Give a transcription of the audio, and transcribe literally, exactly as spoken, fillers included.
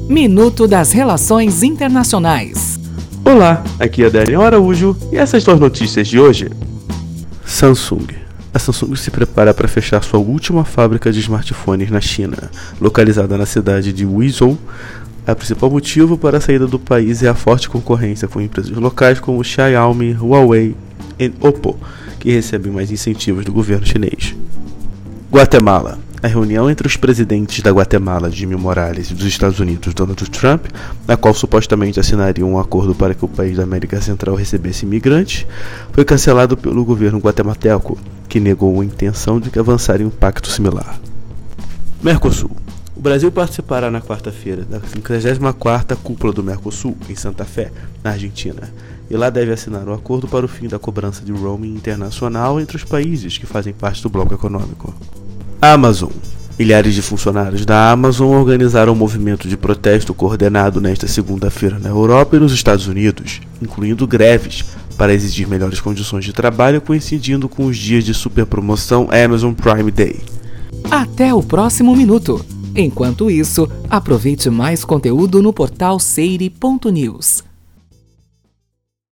Minuto das Relações Internacionais. Olá, aqui é Daniel Araújo e essas são as notícias de hoje. Samsung. A Samsung se prepara para fechar sua última fábrica de smartphones na China, localizada na cidade de Wuzhou. O principal motivo para a saída do país é a forte concorrência com empresas locais como Xiaomi, Huawei e Oppo, que recebem mais incentivos do governo chinês. Guatemala. A reunião entre os presidentes da Guatemala, Jimmy Morales, e dos Estados Unidos, Donald Trump, na qual supostamente assinariam um acordo para que o país da América Central recebesse imigrantes, foi cancelado pelo governo guatemalteco, que negou a intenção de que avançar em um pacto similar. Mercosul. O Brasil participará na quarta-feira da cinquagésima quarta Cúpula do Mercosul, em Santa Fé, na Argentina, e lá deve assinar um acordo para o fim da cobrança de roaming internacional entre os países que fazem parte do bloco econômico. Amazon. Milhares de funcionários da Amazon organizaram um movimento de protesto coordenado nesta segunda-feira na Europa e nos Estados Unidos, incluindo greves para exigir melhores condições de trabalho, coincidindo com os dias de superpromoção Amazon Prime Day. Até o próximo minuto. Enquanto isso, aproveite mais conteúdo no portal seire ponto news.